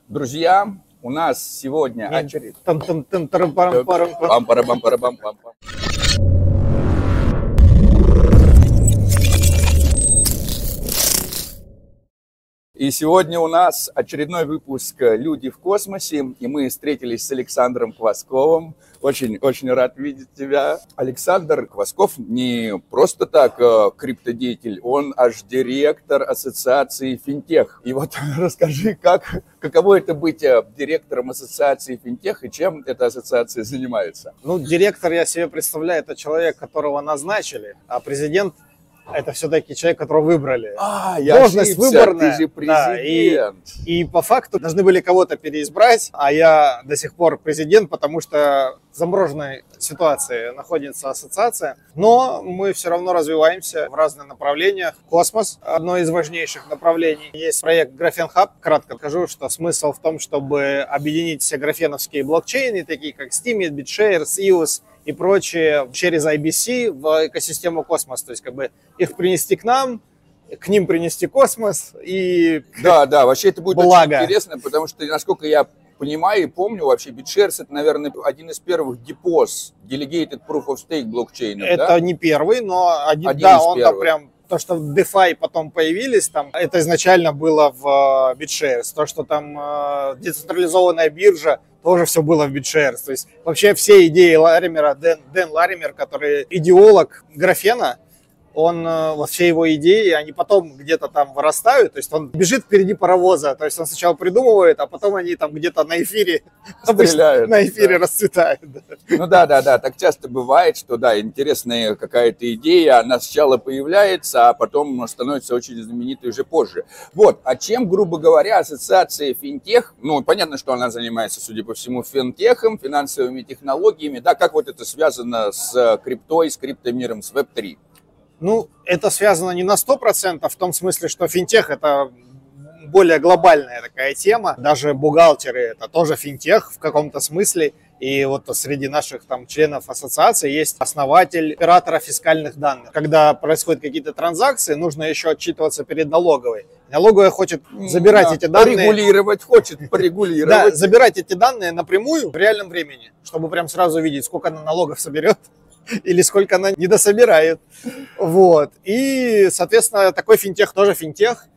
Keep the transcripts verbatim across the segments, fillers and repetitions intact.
Друзья, у нас сегодня очередь. И сегодня у нас очередной выпуск «Люди в космосе», и мы встретились с Александром Квасковым. Очень-очень рад видеть тебя. Александр Квасков не просто так э, криптодеятель, он аж директор ассоциации Финтех. И вот расскажи, как, каково это быть директором ассоциации Финтех и чем эта ассоциация занимается? Ну, директор, я себе представляю, это человек, которого назначили, а президент – это все-таки человек, которого выбрали. А, я Должность ошибся, выборная. ты же президент. Да, и, и по факту должны были кого-то переизбрать, а я до сих пор президент, потому что в замороженной ситуации находится ассоциация. Но мы все равно развиваемся в разных направлениях. Космос – одно из важнейших направлений. Есть проект Графен Хаб. Кратко скажу, что смысл в том, чтобы объединить все графеновские блокчейны, такие как Steemit, BitShares, и о эс и прочее, через ай би си в экосистему космос. То есть как бы их принести к нам, к ним принести космос и Да, да, вообще это будет благо. Очень интересно, потому что, насколько я понимаю и помню, вообще BitShares это, наверное, один из первых депоз, Delegated Proof of Stake блокчейнов. Это да? не первый, но один, один да, из он там прям... То, что в DeFi потом появились, там, это изначально было в BitShares. То, что там э, децентрализованная биржа, тоже все было в BitShares. То есть вообще все идеи Ларимера, Дэн, Дэн Лаример, который идеолог графена, он, вот все его идеи, они потом где-то там вырастают, то есть он бежит впереди паровоза, то есть он сначала придумывает, а потом они там где-то на эфире, стреляют, на эфире да. расцветают. Да. Ну да, да, да, так часто бывает, что да, интересная какая-то идея, она сначала появляется, а потом становится очень знаменитой уже позже. Вот, а чем, грубо говоря, ассоциация Финтех, ну понятно, что она занимается, судя по всему, финтехом, финансовыми технологиями, да, как вот это связано с криптой, с криптомиром, с веб три? Ну, это связано не на сто процентов, в том смысле, что финтех – это более глобальная такая тема. Даже бухгалтеры – это тоже финтех в каком-то смысле. И вот среди наших там членов ассоциации есть основатель оператора фискальных данных. Когда происходят какие-то транзакции, нужно еще отчитываться перед налоговой. Налоговая хочет забирать да, эти данные. Регулировать, хочет порегулировать. Да, забирать эти данные напрямую в реальном времени, чтобы прям сразу видеть, сколько она налогов соберет. Или сколько она недособирает. Вот. И, соответственно, такой финтех тоже финтех.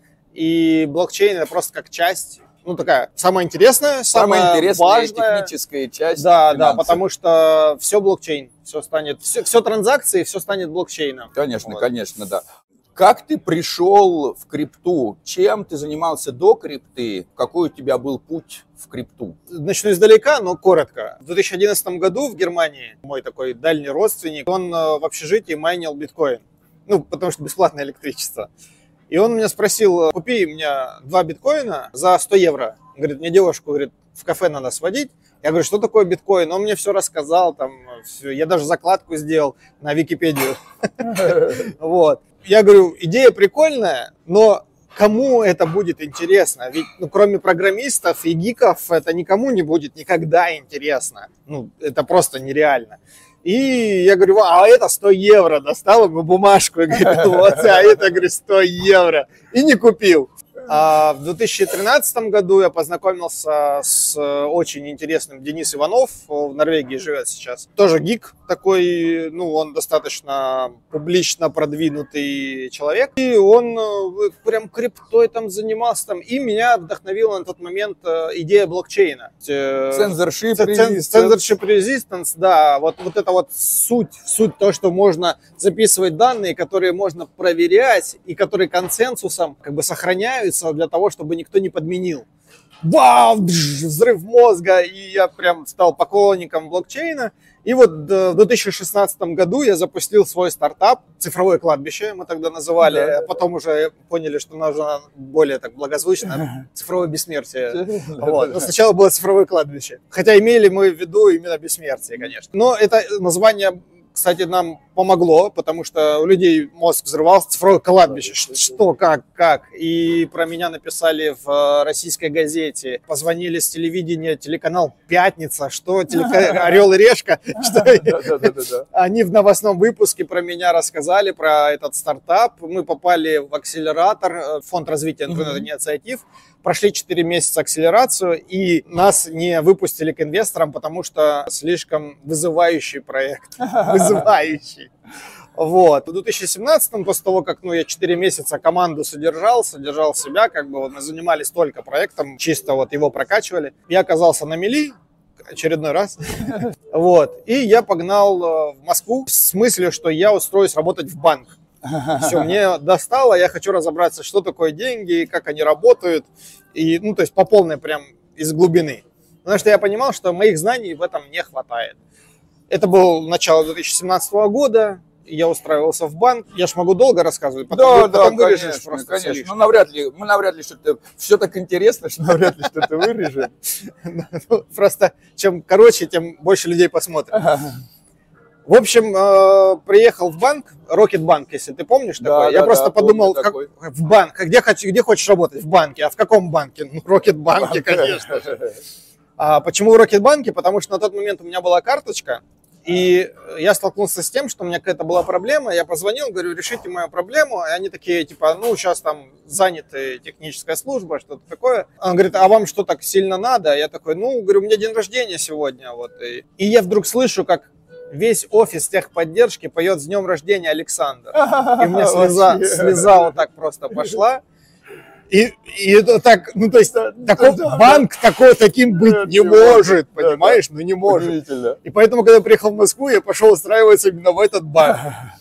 И блокчейн это просто как часть, ну такая самая интересная, самая, самая интересная важная. Техническая часть. Да, финансов. Да, потому что все блокчейн, все станет, все, все транзакции, все станет блокчейном. Конечно, вот. Конечно, да. Как ты пришел в крипту? Чем ты занимался до крипты? Какой у тебя был путь в крипту? Начну издалека, но коротко. В две тысячи одиннадцатом году в Германии мой такой дальний родственник, он в общежитии майнил биткоин. Ну, потому что бесплатное электричество. И он меня спросил, купи мне два биткоина за сто евро. Он говорит, мне девушку, говорит, в кафе надо сводить. Я говорю, что такое биткоин? Он мне все рассказал, там, все. Я даже закладку сделал на Википедию. Вот. Я говорю, идея прикольная, но кому это будет интересно? Ведь, ну, кроме программистов и гиков, это никому не будет никогда интересно. Ну, это просто нереально. И я говорю, а это сто евро. Достал ему бумажку и говорю, вот, а это, говорю, сто евро. И не купил. А в две тысячи тринадцатом году я познакомился с очень интересным Денис Иванов, в Норвегии живет сейчас. Тоже гик такой, ну, он достаточно публично продвинутый человек. И он прям криптой там занимался. Там, и меня вдохновила на тот момент идея блокчейна. Censorship Resistance. Censorship Resistance, да. Вот, вот это вот суть, суть то, что можно записывать данные, которые можно проверять и которые консенсусом как бы сохраняются для того, чтобы никто не подменил. Вау! Взрыв мозга! И я прям стал поклонником блокчейна. И вот в две тысячи шестнадцатом году я запустил свой стартап «Цифровое кладбище», мы тогда называли. Да. Потом уже поняли, что нужно более так благозвучно «Цифровое бессмертие». Вот. Но сначала было «Цифровое кладбище». Хотя имели мы в виду именно бессмертие, конечно. Но это название, кстати, нам помогло, потому что у людей мозг взрывался, цифровое кладбище, что, как, как. И про меня написали в российской газете, позвонили с телевидения, телеканал «Пятница», что «Орел и решка», они в новостном выпуске про меня рассказали, про этот стартап. Мы попали в акселератор, фонд развития интернет-инициатив, прошли четыре месяца акселерацию, и нас не выпустили к инвесторам, потому что слишком вызывающий проект. Вызывающий. Вот. В две тысячи семнадцатом, после того, как ну, я четыре месяца команду содержал, содержал себя, как бы вот, мы занимались только проектом, чисто вот его прокачивали, я оказался на мели, очередной раз. Вот. И я погнал в Москву с мыслью, что я устроюсь работать в банк. Все, мне достало, я хочу разобраться, что такое деньги, как они работают. И, ну, то есть по полной прям из глубины. Потому что я понимал, что моих знаний в этом не хватает. Это был начало две тысячи семнадцатого года. Я устраивался в банк. Я ж могу долго рассказывать, потом, да, потом да, вырежешь конечно, просто. Конечно, но навряд ли, мы навряд ли что-то, все так интересно, что навряд ли что-то вырежем. Просто чем короче, тем больше людей посмотрят. В общем, приехал в банк, Рокетбанк, если ты помнишь такой. Я просто подумал, в банк, где хочешь работать? В банке. А в каком банке? Ну, Рокетбанке, конечно же. Почему в Рокетбанке? Потому что на тот момент у меня была карточка. И я столкнулся с тем, что у меня какая-то была проблема. Я позвонил, говорю, решите мою проблему. И они такие, типа, ну, сейчас там заняты техническая служба, что-то такое. Он говорит, а вам что так сильно надо? Я такой, ну, говорю, у меня день рождения сегодня. Вот. И, и я вдруг слышу, как весь офис техподдержки поет «С днем рождения, Александр». И у меня слеза, слеза вот так просто пошла. И, и это так, ну то есть такой, банк такой таким быть не может, понимаешь, ну не может. И поэтому, когда я приехал в Москву, я пошел устраиваться именно в этот банк.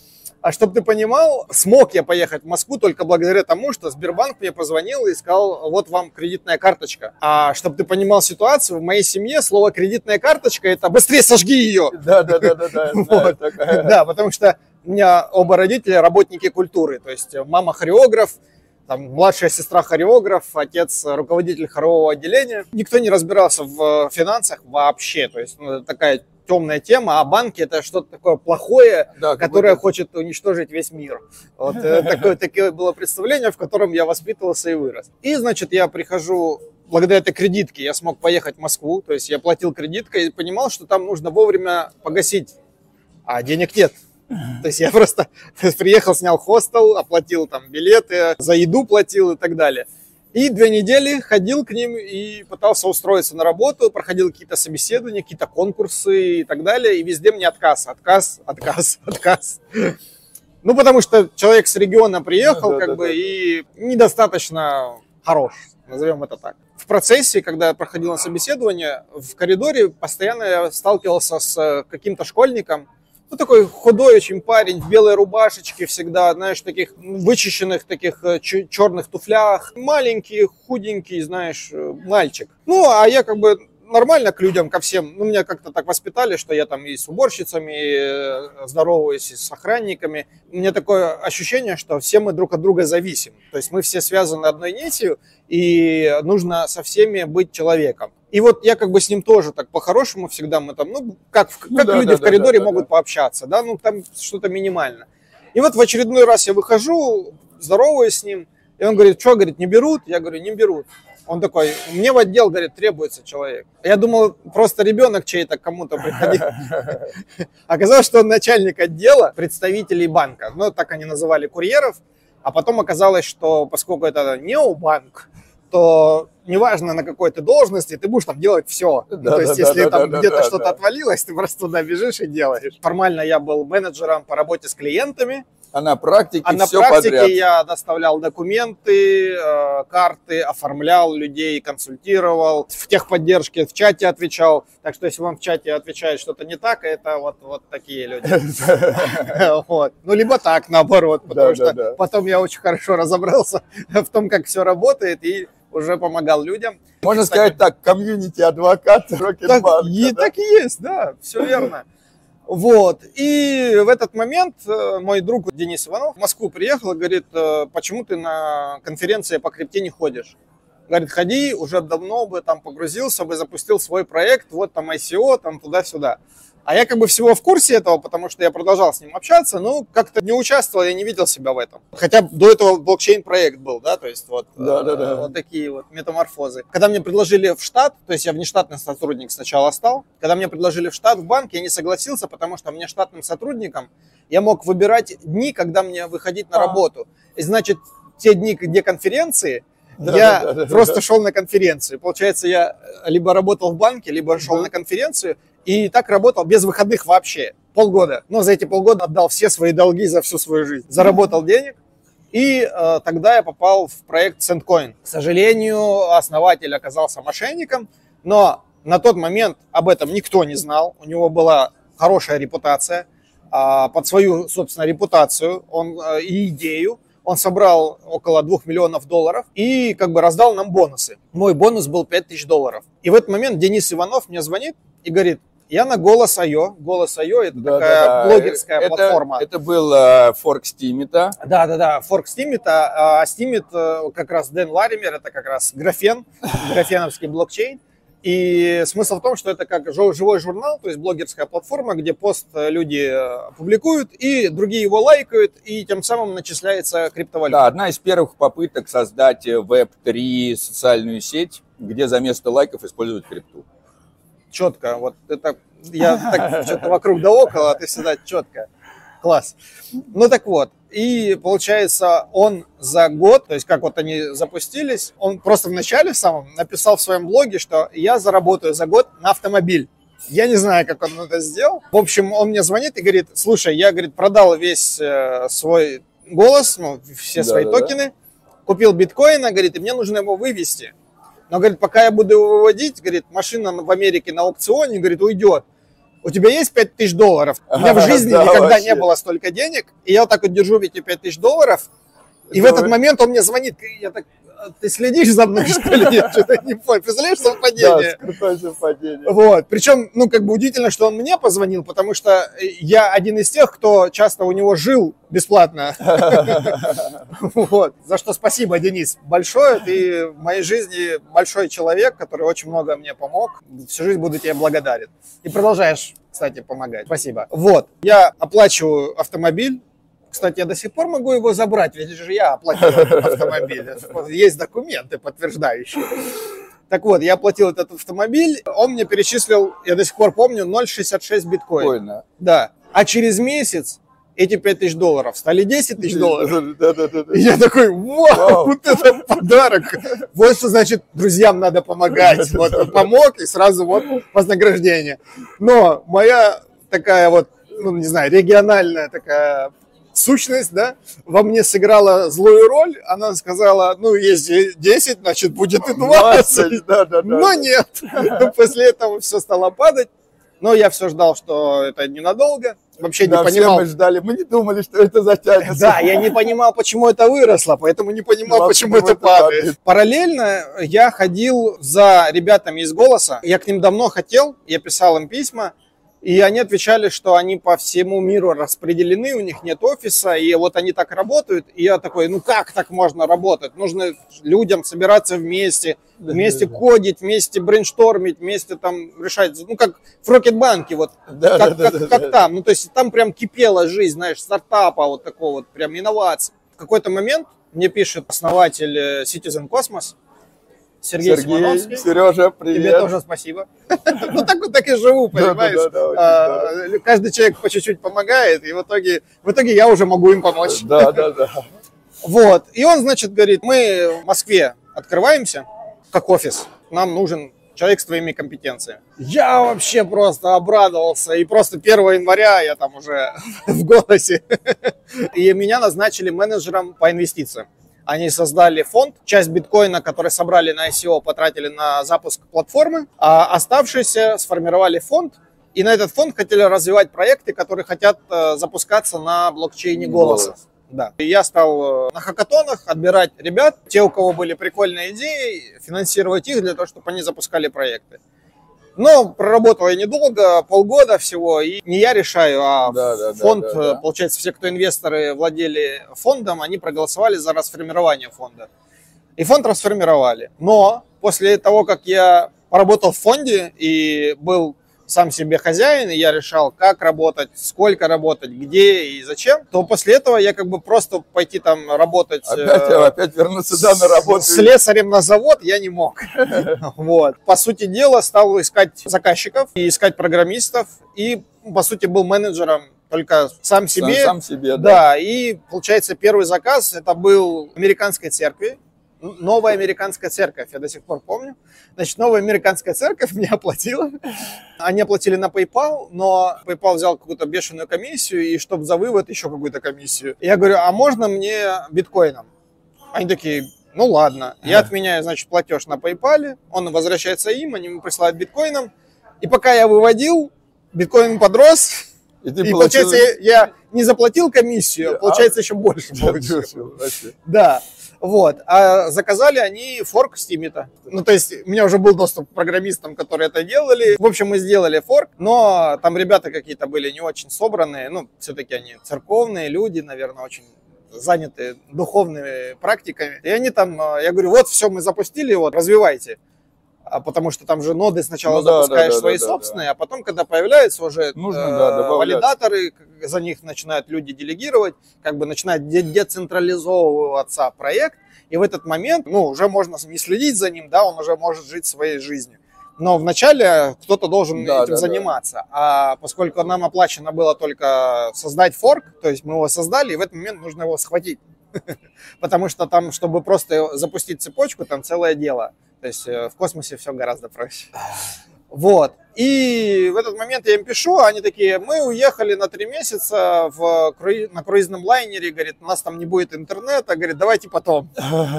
А чтобы ты понимал, смог я поехать в Москву только благодаря тому, что Сбербанк мне позвонил и сказал, вот вам кредитная карточка. А чтобы ты понимал ситуацию, в моей семье слово кредитная карточка — это быстрее сожги ее. Да, да, да, да, да. Да, потому что у меня оба родителя работники культуры, то есть мама хореограф, там, младшая сестра хореограф, отец руководитель хорового отделения. Никто не разбирался в финансах вообще. То есть ну, такая темная тема, а банки — это что-то такое плохое, да, которое хочет уничтожить весь мир. Вот такое, такое было представление, в котором я воспитывался и вырос. И, значит, я прихожу, благодаря этой кредитке я смог поехать в Москву, то есть я платил кредиткой и понимал, что там нужно вовремя погасить, а денег нет. То есть я просто приехал, снял хостел, оплатил там билеты, за еду платил и так далее. И две недели ходил к ним и пытался устроиться на работу, проходил какие-то собеседования, какие-то конкурсы и так далее. И везде мне отказ, отказ, отказ, отказ. Ну, потому что человек с региона приехал, да, как да, бы, да. И недостаточно хорош, назовем это так. В процессе, когда я проходил на собеседование, в коридоре постоянно я сталкивался с каким-то школьником. Ну, такой худой очень парень в белой рубашечке всегда, знаешь, таких вычищенных таких черных туфлях. Маленький, худенький, знаешь, мальчик. Ну, а я как бы нормально к людям, ко всем. Ну, меня как-то так воспитали, что я там и с уборщицами здороваюсь, и с охранниками. У меня такое ощущение, что все мы друг от друга зависим. То есть мы все связаны одной нитью, и нужно со всеми быть человеком. И вот я как бы с ним тоже так по-хорошему всегда мы там, ну, как, как ну, да, люди да, в коридоре да, да, могут да. пообщаться, да, ну, там что-то минимально. И вот в очередной раз я выхожу, здороваюсь с ним, и он говорит, что, говорит, не берут? Я говорю, не берут. Он такой, мне в отдел, говорит, требуется человек. Я думал, просто ребенок чей-то кому-то приходил. Оказалось, что он начальник отдела представителей банка, ну, так они называли курьеров, а потом оказалось, что поскольку это необанк, то неважно, на какой ты должности, ты будешь там делать все. Да, ну, то есть, да, если да, там да, где-то да, что-то да. отвалилось, ты просто туда бежишь и делаешь. Формально я был менеджером по работе с клиентами. А на практике а все на практике подряд. Я доставлял документы, э, карты, оформлял людей, консультировал, в техподдержке, в чате отвечал. Так что, если вам в чате отвечает что-то не так, это вот, вот такие люди. Ну, либо так, наоборот, потому что потом я очень хорошо разобрался в том, как все работает, и уже помогал людям. Можно сказать так, комьюнити-адвокат Рокетбанка. Так и есть, да, все верно. Вот, и в этот момент мой друг Денис Иванов в Москву приехал и говорит, почему ты на конференции по крипте не ходишь? Говорит, ходи, уже давно бы там погрузился бы, запустил свой проект, вот там ай си о, там туда-сюда. А я как бы всего в курсе этого, потому что я продолжал с ним общаться, но как-то не участвовал, я не видел себя в этом. Хотя до этого блокчейн-проект был, да, то есть вот, да, да, да. вот такие вот метаморфозы. Когда мне предложили в штат, то есть я внештатный сотрудник сначала стал, когда мне предложили в штат в банк, я не согласился, потому что мне штатным сотрудником я мог выбирать дни, когда мне выходить на работу. И значит, те дни, где конференции, Я просто шел на конференцию. Получается, я либо работал в банке, либо шел на конференцию, и так работал без выходных вообще. Полгода. Но за эти полгода отдал все свои долги за всю свою жизнь. Заработал денег. И э, тогда я попал в проект Sendcoin. К сожалению, основатель оказался мошенником, но на тот момент об этом никто не знал. У него была хорошая репутация. Э, под свою, собственно, репутацию он, э, и идею он собрал около двух миллионов долларов и как бы раздал нам бонусы. Мой бонус был пять тысяч долларов. И в этот момент Денис Иванов мне звонит и говорит: я на Голос точка ай о. Голос точка ай о это да, такая да, да. блогерская это, платформа. Это был uh, форк Steemit. Да, да, да, форк Steemit. А Steemit как раз Дэн Лаример, это как раз графен, графеновский блокчейн. И смысл в том, что это как живой журнал, то есть блогерская платформа, где пост люди публикуют, и другие его лайкают, и тем самым начисляется криптовалюта. Да, одна из первых попыток создать веб три социальную сеть, где за место лайков используют крипту. Четко, вот это я так что-то вокруг да около, а ты всегда четко. Класс. Ну так вот, и получается, он за год, то есть как вот они запустились, он просто в начале самом написал в своем блоге, что я заработаю за год на автомобиль. Я не знаю, как он это сделал. В общем, он мне звонит и говорит: слушай, я, говорит, продал весь э, свой голос, ну, все свои да, токены, да. Купил биткоина, говорит, и мне нужно его вывести. Но, говорит, пока я буду его выводить, говорит, машина в Америке на аукционе, говорит, уйдет. У тебя есть пять тысяч долларов? У меня в жизни да, никогда вообще не было столько денег. И я вот так вот держу эти пять тысяч долларов. И это в этот вы... момент он мне звонит. Я так: ты следишь за мной, что ли? Я что-то не понял. Представляешь, совпадение? Да, крутое совпадение. Вот. Причем, ну, как бы удивительно, что он мне позвонил, потому что я один из тех, кто часто у него жил бесплатно. Вот. За что спасибо, Денис, большое. Ты в моей жизни большой человек, который очень много мне помог. Всю жизнь буду тебе благодарен. И продолжаешь, кстати, помогать. Спасибо. Вот. Я оплачиваю автомобиль. Кстати, я до сих пор могу его забрать, ведь же я оплатил этот автомобиль. Есть документы, подтверждающие. Так вот, я оплатил этот автомобиль, он мне перечислил, я до сих пор помню, ноль целых шестьдесят шесть биткоина. Да. А через месяц эти пять тысяч долларов стали десять тысяч долларов. Да, да, да, да. И я такой: вау, вау, вот это подарок. Вот что значит друзьям надо помогать. Вот помог, и сразу вот вознаграждение. Но моя такая вот, ну не знаю, региональная такая сущность, да, во мне сыграла злую роль. Она сказала: ну, если десять, значит, будет и двадцать. Да, да, да. Но нет. После этого все стало падать. Но я все ждал, что это ненадолго. Вообще да, не понимал. Мы ждали, мы не думали, что это затянется. Да, я не понимал, почему это выросло, поэтому не понимал, ну, почему, почему это падает. падает. Параллельно я ходил за ребятами из «Голоса». Я к ним давно хотел, я писал им письма. И они отвечали, что они по всему миру распределены, у них нет офиса, и вот они так работают. И я такой: ну как так можно работать? Нужно людям собираться вместе, вместе да, кодить, вместе брейнштормить, вместе там решать. Ну как в Рокетбанке, вот да, как, да, как, да, как да. там. Ну то есть там прям кипела жизнь, знаешь, стартапа, вот такого вот прям инноваций. В какой-то момент мне пишет основатель Citizen Cosmos, Сергей, Сергей Симоновский. Сережа, привет. Тебе тоже спасибо. Ну так вот так и живу, понимаешь? Каждый человек по чуть-чуть помогает, и в итоге, в итоге я уже могу им помочь. Да, да, да. Вот. И он, значит, говорит: мы в Москве открываемся как офис, нам нужен человек с твоими компетенциями. Я вообще просто обрадовался, и просто первого января я там уже в «Голосе». И меня назначили менеджером по инвестициям. Они создали фонд, часть биткоина, который собрали на ай си о, потратили на запуск платформы, а оставшиеся сформировали фонд, и на этот фонд хотели развивать проекты, которые хотят запускаться на блокчейне «Голоса». Да. И я стал на хакатонах отбирать ребят, те, у кого были прикольные идеи, финансировать их для того, чтобы они запускали проекты. Но проработал я недолго, полгода всего, и не я решаю, а да, да, фонд, да, да, да. Получается, все, кто инвесторы владели фондом, они проголосовали за расформирование фонда. И фонд расформировали. Но после того, как я поработал в фонде и был сам себе хозяин, и я решал, как работать, сколько работать, где и зачем, то после этого я как бы просто пойти там работать... Опять, э, опять вернуться да, на работу. С слесарем на завод я не мог. Вот. По сути дела, стал искать заказчиков, и искать программистов, и, по сути, был менеджером только сам себе. Сам, сам себе, да. Да, и, получается, первый заказ, это был американской церкви. Новая американская церковь, я до сих пор помню. Значит, новая американская церковь мне оплатила. Они оплатили на PayPal, но PayPal взял какую-то бешеную комиссию, и чтобы за вывод еще какую-то комиссию. Я говорю, а можно мне биткоином? Они такие, ну ладно. Я отменяю, значит, платеж на PayPal, он возвращается им, они мне присылают биткоином. И пока я выводил, биткоин подрос. И, и получается, я, я не заплатил комиссию, а получается, а? еще больше получил. Да. Вот. А заказали они форк Стимита. Ну, то есть, у меня уже был доступ к программистам, которые это делали. В общем, мы сделали форк, но там ребята какие-то были не очень собранные. Ну, все-таки они церковные люди, наверное, очень заняты духовными практиками. И они там, я говорю, вот, все, мы запустили, вот, развивайте. А потому что там же ноды сначала ну, запускаешь да, да, свои да, собственные, да, да. а потом, когда появляются уже Нужно, э, да, валидаторы, за них начинают люди делегировать, как бы начинает де- децентрализовываться проект, и в этот момент, ну, уже можно не следить за ним, да, он уже может жить своей жизнью. Но вначале кто-то должен да, этим да, заниматься, да. а поскольку нам оплачено было только создать форк, то есть мы его создали, и в этот момент нужно его схватить, потому что там, чтобы просто запустить цепочку, там целое дело. То есть в космосе все гораздо проще. Вот. И в этот момент я им пишу, они такие, мы уехали на три месяца в круи... на круизном лайнере, говорит, у нас там не будет интернета, говорит, давайте потом.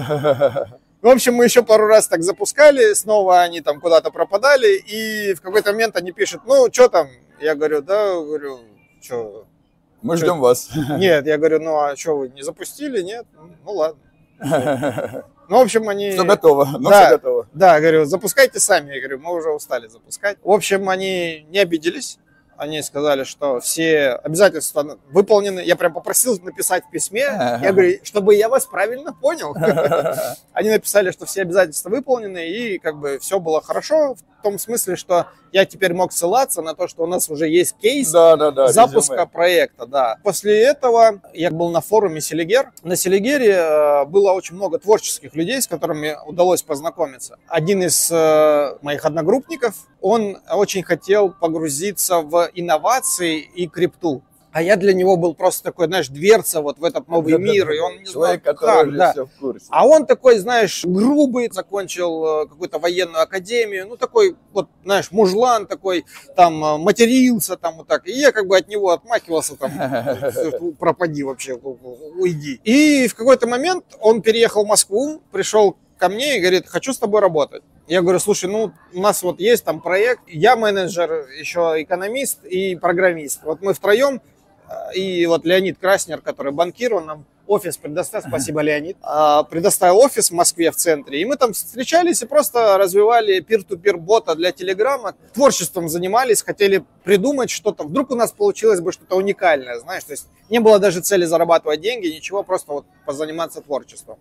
В общем, мы еще пару раз так запускали, снова они там куда-то пропадали, и в какой-то момент они пишут, ну, что там? Я говорю, да, говорю, что? Мы чё? Ждем вас. Нет, я говорю, ну, а что, вы не запустили? Нет? Ну, ладно. Ну, в общем, они... Все готово, но да, все готово. Да, говорю, запускайте сами. Я говорю, мы уже устали запускать. В общем, они не обиделись. Они сказали, что все обязательства выполнены. Я прям попросил написать в письме. Я говорю, чтобы я вас правильно понял. Они написали, что все обязательства выполнены, и как бы все было хорошо. В том смысле, что я теперь мог ссылаться на то, что у нас уже есть кейс да, да, да, запуска резюме. проекта. Да. После этого я был на форуме Селигер. На Селигере было очень много творческих людей, с которыми удалось познакомиться. Один из моих одногруппников, он очень хотел погрузиться в инновации и крипту. А я для него был просто такой, знаешь, дверца вот в этот новый да, мир. Да, и он не человек, знал, который как, да. все в курсе. А он такой, знаешь, грубый, закончил какую-то военную академию. Ну, такой, вот, знаешь, мужлан такой, там, матерился, там, вот так. И я как бы от него отмахивался, там, пропади вообще, уйди. И в какой-то момент он переехал в Москву, пришел ко мне и говорит, хочу с тобой работать. Я говорю, слушай, ну, у нас вот есть там проект, я менеджер, еще экономист и программист. Вот мы втроем, и вот Леонид Краснер, который банкир, он нам офис предоставил, спасибо, Леонид, предоставил офис в Москве в центре. И мы там встречались и просто развивали пир-ту-пир бота для Телеграма. Творчеством занимались, хотели придумать что-то. Вдруг у нас получилось бы что-то уникальное, знаешь. То есть не было даже цели зарабатывать деньги, ничего, просто вот позаниматься творчеством.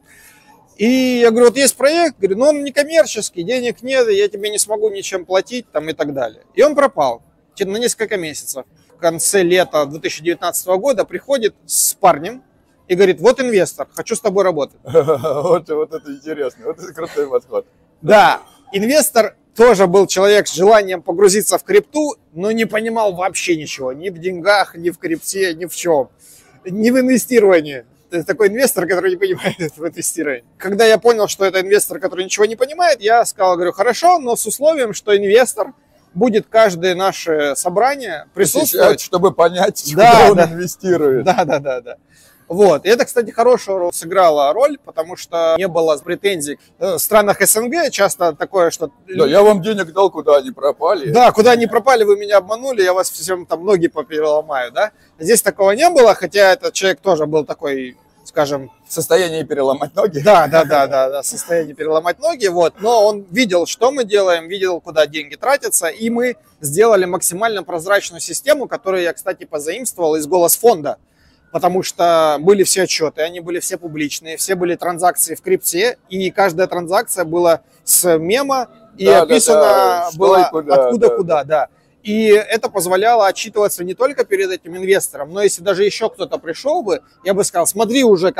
И я говорю, вот есть проект, говорю, но он не коммерческий, денег нет, я тебе не смогу ничем платить там и так далее. И он пропал на несколько месяцев. В конце лета две тысячи девятнадцатого года приходит с парнем и говорит, вот инвестор, хочу с тобой работать. Вот, вот это интересно, вот это крутой подход. Да, инвестор тоже был человек с желанием погрузиться в крипту, но не понимал вообще ничего, ни в деньгах, ни в крипте, ни в чем, ни в инвестировании. Это такой инвестор, который не понимает в инвестировании. Когда я понял, что это инвестор, который ничего не понимает, я сказал, говорю, хорошо, но с условием, что инвестор будет каждое наше собрание присутствовать, чтобы понять, да, куда он да. инвестирует. Да, да, да, да. Вот. И это, кстати, хорошую сыграла роль, потому что не было претензий. В странах СНГ часто такое, что... Да, я вам денег дал, куда они пропали. Да, куда они пропали, вы меня обманули, я вас всем там ноги попереломаю, да. Здесь такого не было, хотя этот человек тоже был такой, скажем... В состоянии переломать ноги. Да, да, да, да, да, в состоянии переломать ноги, вот. Но он видел, что мы делаем, видел, куда деньги тратятся, и мы сделали максимально прозрачную систему, которую я, кстати, позаимствовал из Голосфонда. Потому что были все отчеты, они были все публичные, все были транзакции в крипте, и каждая транзакция была с мема, и да, описано да, да. было откуда да, куда, да. да. И это позволяло отчитываться не только перед этим инвестором, но если даже еще кто-то пришел бы, я бы сказал, смотри уже, как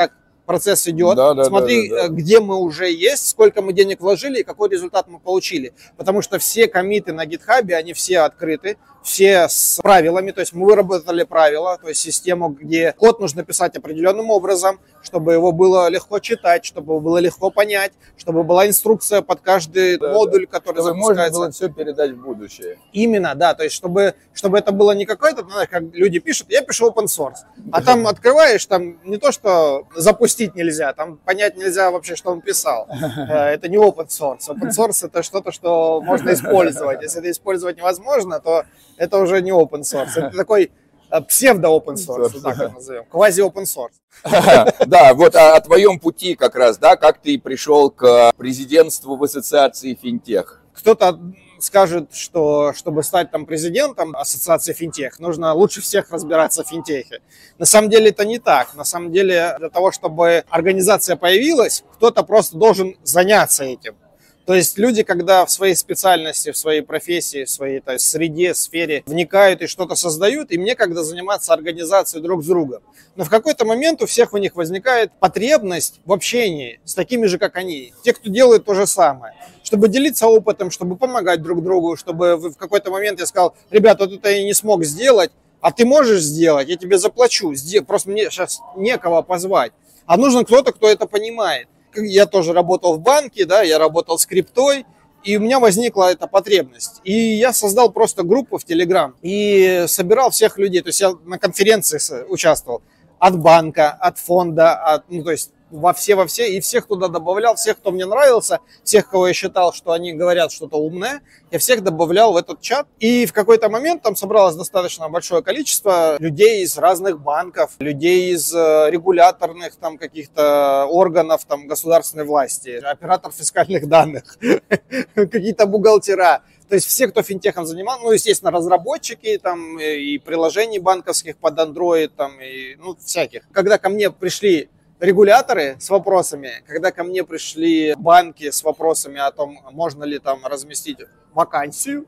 процесс идет, да, да, смотри, да, да, да. где мы уже есть, сколько мы денег вложили и какой результат мы получили. Потому что все коммиты на GitHub, они все открыты, все с правилами, то есть мы выработали правила, то есть систему, где код нужно писать определенным образом, чтобы его было легко читать, чтобы его было легко понять, чтобы была инструкция под каждый да, модуль, да. который чтобы запускается. Можно было все передать в будущее. Именно, да, то есть чтобы, чтобы это было не какой-то, знаешь, как люди пишут, я пишу open source, а там открываешь, там не то, что запустить нельзя, там понять нельзя вообще, что он писал. Это не open source. Open source это что-то, что можно использовать. Если это использовать невозможно, то это уже не open source. Это такой псевдо-open source, так это назовем, квази-open source. Да, вот о твоем пути как раз, да, как ты пришел к президентству в ассоциации финтех. Кто-то скажет, что чтобы стать там президентом ассоциации финтех, нужно лучше всех разбираться в финтехе. На самом деле это не так. На самом деле для того, чтобы организация появилась, кто-то просто должен заняться этим. То есть люди, когда в своей специальности, в своей профессии, в своей то есть, среде, сфере вникают и что-то создают, им некогда заниматься организацией друг с другом. Но в какой-то момент у всех у них возникает потребность в общении с такими же, как они. Те, кто делает то же самое. Чтобы делиться опытом, чтобы помогать друг другу, чтобы в какой-то момент я сказал, ребята, вот это я не смог сделать, а ты можешь сделать, я тебе заплачу. Просто мне сейчас некого позвать. А нужен кто-то, кто это понимает. Я тоже работал в банке, да, я работал с криптой, и у меня возникла эта потребность. И я создал просто группу в Telegram и собирал всех людей. То есть я на конференции участвовал от банка, от фонда, от, ну, то есть во все, во все, и всех туда добавлял, всех, кто мне нравился, всех, кого я считал, что они говорят что-то умное, я всех добавлял в этот чат. И в какой-то момент там собралось достаточно большое количество людей из разных банков, людей из регуляторных там каких-то органов там государственной власти, оператор фискальных данных, какие-то бухгалтера. То есть все, кто финтехом занимался, ну, естественно, разработчики там и приложений банковских под Android, там, и, ну, всяких. Когда ко мне пришли регуляторы с вопросами, когда ко мне пришли банки с вопросами о том, можно ли там разместить вакансию,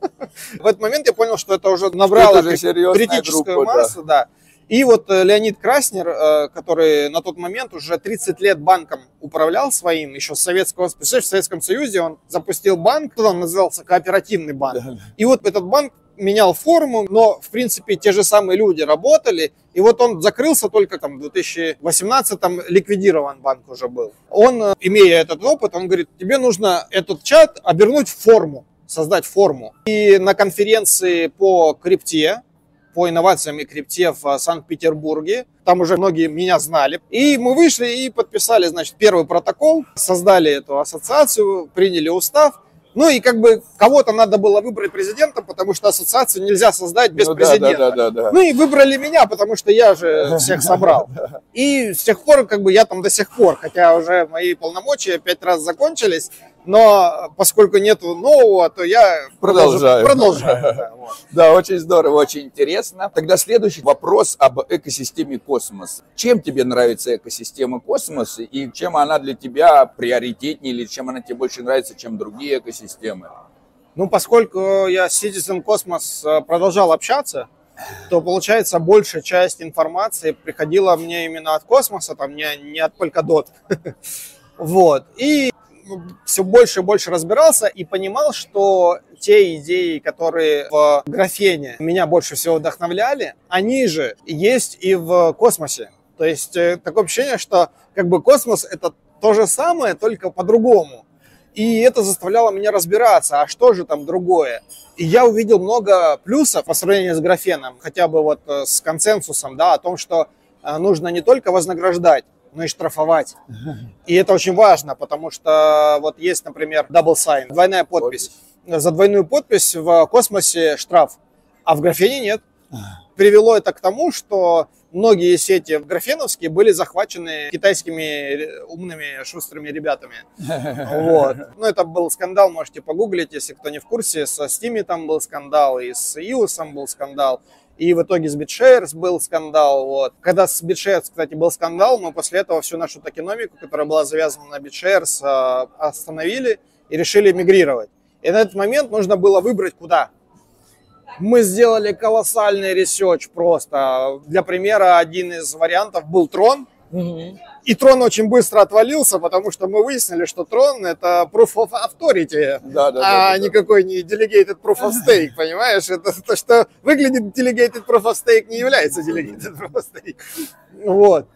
в этот момент я понял, что это уже набрало критическую массу, да. И вот Леонид Краснер, который на тот момент уже тридцать лет банком управлял своим, еще с Советского Союза, в Советском Союзе он запустил банк, он назывался Кооперативный банк. И вот этот банк менял форму, но, в принципе, те же самые люди работали. И вот он закрылся только там в две тысячи восемнадцатом, ликвидирован банк уже был. Он, имея этот опыт, он говорит, тебе нужно этот чат обернуть в форму, создать форму. И на конференции по крипте, по инновациям и крипте в Санкт-Петербурге, там уже многие меня знали. И мы вышли и подписали, значит, первый протокол, создали эту ассоциацию, приняли устав. Ну и как бы кого-то надо было выбрать президентом, потому что ассоциацию нельзя создать без ну, президента. Да, да, да, да. Ну и выбрали меня, потому что я же всех собрал. И с тех пор как бы я там до сих пор, хотя уже мои полномочия пять раз закончились, но поскольку нету нового, то я продолжаю. продолжаю да, вот. Да, очень здорово, очень интересно. Тогда следующий вопрос об экосистеме космос. Чем тебе нравится экосистема космос и чем она для тебя приоритетнее или чем она тебе больше нравится, чем другие экосистемы? Ну, поскольку я с Citizen Cosmos продолжал общаться, то, получается, большая часть информации приходила мне именно от космоса, там, не, не от Polkadot. Вот. И все больше и больше разбирался и понимал, что те идеи, которые в графене меня больше всего вдохновляли, они же есть и в космосе. То есть такое ощущение, что как бы космос это то же самое, только по-другому. И это заставляло меня разбираться, а что же там другое. И я увидел много плюсов по сравнению с графеном, хотя бы вот с консенсусом, да, о том, что нужно не только вознаграждать, но и штрафовать. И это очень важно, потому что вот есть, например, double sign, двойная подпись. За двойную подпись в космосе штраф, а в графене нет. Привело это к тому, что многие сети графеновские были захвачены китайскими умными шустрыми ребятами. Вот. Ну, это был скандал, можете погуглить, если кто не в курсе. Со Steam там был скандал, и с и о эс был скандал. И в итоге с BitShares был скандал. Вот. Когда с BitShares, кстати, был скандал, мы после этого всю нашу токеномику, которая была завязана на BitShares, остановили и решили мигрировать. И на этот момент нужно было выбрать, куда. Мы сделали колоссальный ресерч просто. Для примера, один из вариантов был Tron. Угу. И трон очень быстро отвалился, потому что мы выяснили, что трон — это proof of authority, да, да, а да, да, никакой не delegated proof of stake, понимаешь? Это то, что выглядит delegated proof of stake, не является delegated proof of stake. Вот.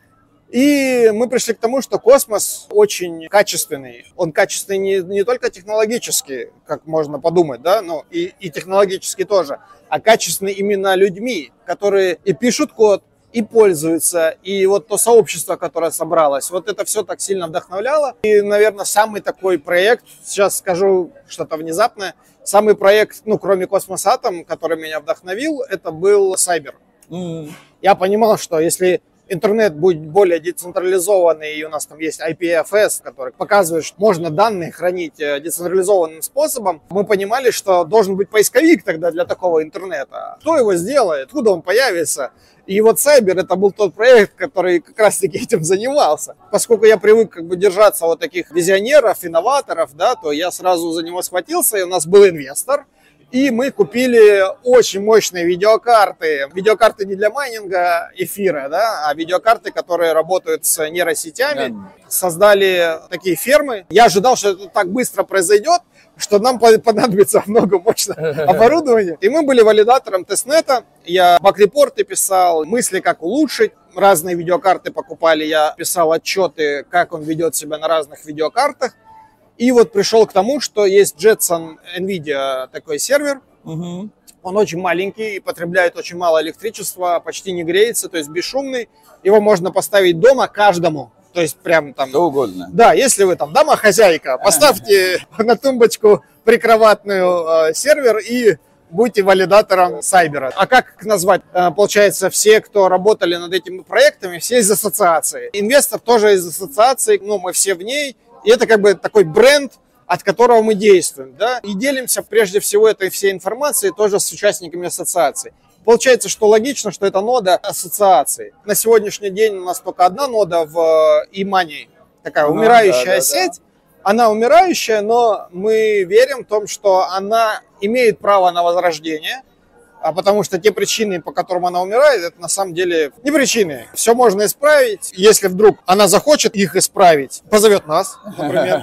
И мы пришли к тому, что космос очень качественный. Он качественный не, не только технологически, как можно подумать, да, но и, и технологически тоже, а качественный именно людьми, которые и пишут код, и пользуются, и вот то сообщество, которое собралось, вот это все так сильно вдохновляло. И, наверное, самый такой проект, сейчас скажу что-то внезапное, самый проект, ну, кроме Космосатом, который меня вдохновил, это был Cyber. Mm. Я понимал, что если интернет будет более децентрализованный, и у нас там есть ай пи эф эс, который показывает, что можно данные хранить децентрализованным способом, мы понимали, что должен быть поисковик тогда для такого интернета. Кто его сделает? Откуда он появится? И вот Cyber — это был тот проект, который как раз-таки этим занимался. Поскольку я привык как бы держаться вот таких визионеров, инноваторов, да, то я сразу за него схватился, и у нас был инвестор. И мы купили очень мощные видеокарты. Видеокарты не для майнинга эфира, да, а видеокарты, которые работают с нейросетями. Да. Создали такие фермы. Я ожидал, что это так быстро произойдет, что нам понадобится много мощного оборудования. И мы были валидатором тестнета. Я баг-репорты писал, мысли, как улучшить. Разные видеокарты покупали. Я писал отчеты, как он ведет себя на разных видеокартах. И вот пришел к тому, что есть Jetson NVIDIA такой сервер. Угу. Он очень маленький и потребляет очень мало электричества, почти не греется, то есть бесшумный. Его можно поставить дома каждому. То есть прям там... Что угодно. Да, если вы там домохозяйка, поставьте на тумбочку прикроватную э, сервер и будьте валидатором Сайбера. А как назвать? Э, получается, все, кто работали над этими проектами, все из ассоциации. Инвестор тоже из ассоциации, ну мы все в ней. И это как бы такой бренд, от которого мы действуем, да, и делимся прежде всего этой всей информацией тоже с участниками ассоциации. Получается, что логично, что это нода ассоциации. На сегодняшний день у нас только одна нода в e-money, такая ну, умирающая да, да, сеть. Да. Она умирающая, но мы верим в том, что она имеет право на возрождение. А потому что те причины, по которым она умирает, это на самом деле не причины. Все можно исправить. Если вдруг она захочет их исправить, позовет нас, например,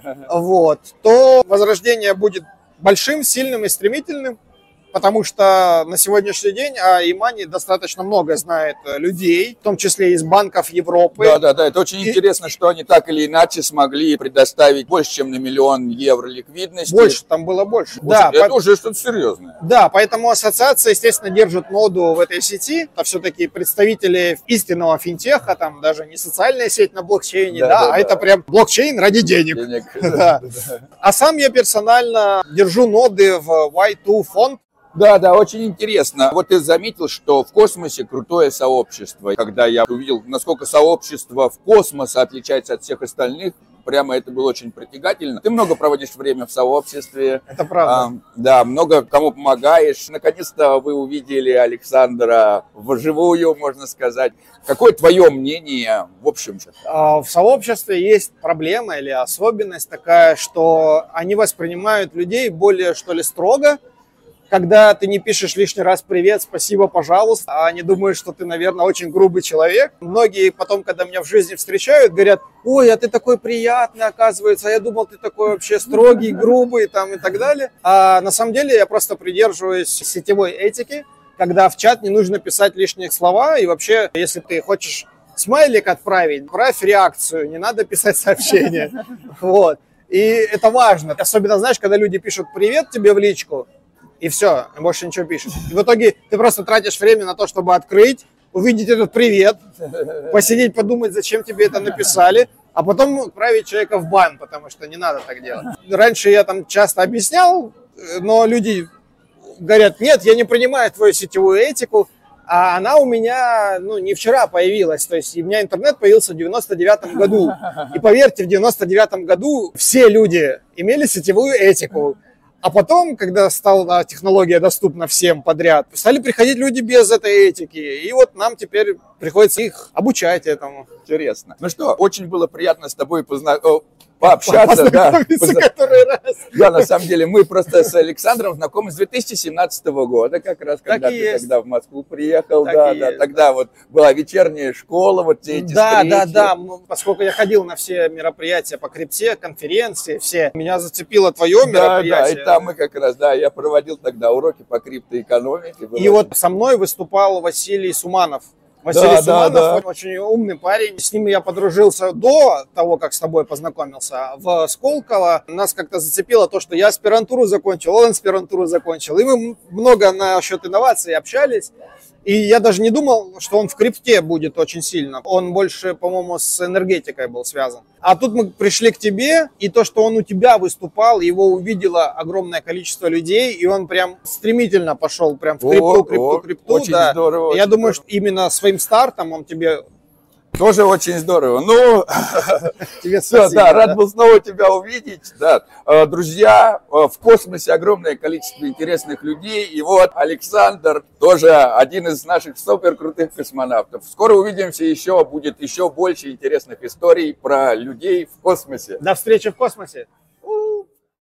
вот, то возрождение будет большим, сильным и стремительным. Потому что на сегодняшний день о e-money достаточно много знает людей, в том числе из банков Европы. Да, да, да. Это очень и... интересно, что они так или иначе смогли предоставить больше, чем на миллион евро ликвидности. Больше, там было больше. больше. Да, это по... уже что-то серьезное. Да, поэтому ассоциация, естественно, держит ноду в этой сети. Это все-таки представители истинного финтеха, там даже не социальная сеть на блокчейне, да, да, да а да. это прям блокчейн ради денег. денег. Да. А сам я персонально держу ноды в уай ту фонд. Да, да, очень интересно. Вот ты заметил, что в космосе крутое сообщество. Когда я увидел, насколько сообщество в космосе отличается от всех остальных, прямо это было очень притягательно. Ты много проводишь время в сообществе. Это правда. А, да, много кому помогаешь. Наконец-то вы увидели Александра вживую, можно сказать. Какое твое мнение в общем? В сообществе есть проблема или особенность такая, что они воспринимают людей более, что ли, строго. Когда ты не пишешь лишний раз «привет», «спасибо», «пожалуйста», а они думают, что ты, наверное, очень грубый человек. Многие потом, когда меня в жизни встречают, говорят: «Ой, а ты такой приятный, оказывается, а я думал, ты такой вообще строгий, грубый» там, и так далее. А на самом деле я просто придерживаюсь сетевой этики, когда в чат не нужно писать лишние слова, и вообще, если ты хочешь смайлик отправить, отправь реакцию, не надо писать сообщение. Вот. И это важно. Особенно, знаешь, когда люди пишут «привет» тебе в личку, и все, больше ничего пишешь. И в итоге ты просто тратишь время на то, чтобы открыть, увидеть этот привет, посидеть, подумать, зачем тебе это написали, а потом отправить человека в бан, потому что не надо так делать. Раньше я там часто объяснял, но люди говорят: нет, я не принимаю твою сетевую этику, а она у меня, ну, не вчера появилась. То есть у меня интернет появился в девяносто девятом году. И поверьте, в девяносто девятом году все люди имели сетевую этику. А потом, когда стала технология доступна всем подряд, стали приходить люди без этой этики. И вот нам теперь приходится их обучать этому. Интересно. Ну что, очень было приятно с тобой позна... пообщаться. Да, который раз. Да, на самом деле, мы просто с Александром знакомы с две тысячи семнадцатого года, как раз, когда так ты тогда в Москву приехал. Так да, и да, есть, тогда да. вот была вечерняя школа, вот все эти Да, встречи. да, да, поскольку я ходил на все мероприятия по крипте, конференции, все, меня зацепило твое да, мероприятие. Да, и там мы как раз, да, я проводил тогда уроки по криптоэкономике. И вот со мной выступал Василий Суманов. Василий да, Суманов, да, да. очень умный парень. С ним я подружился до того, как с тобой познакомился. В Сколково нас как-то зацепило то, что я аспирантуру закончил, он аспирантуру закончил. И мы много насчет инноваций общались. И я даже не думал, что он в крипте будет очень сильно. Он больше, по-моему, с энергетикой был связан. А тут мы пришли к тебе, и то, что он у тебя выступал, его увидело огромное количество людей, и он прям стремительно пошел прям в крипту, О, крипту, о, крипту. очень да. здорово. Я очень думаю, здорово. что именно своим стартом он тебе... Тоже очень здорово. Ну, Тебе все, спасибо, да, рад да. был снова тебя увидеть. Да. Э, Друзья, э, в космосе огромное количество интересных людей. И вот Александр тоже один из наших супер крутых космонавтов. Скоро увидимся еще, будет еще больше интересных историй про людей в космосе. До встречи в космосе.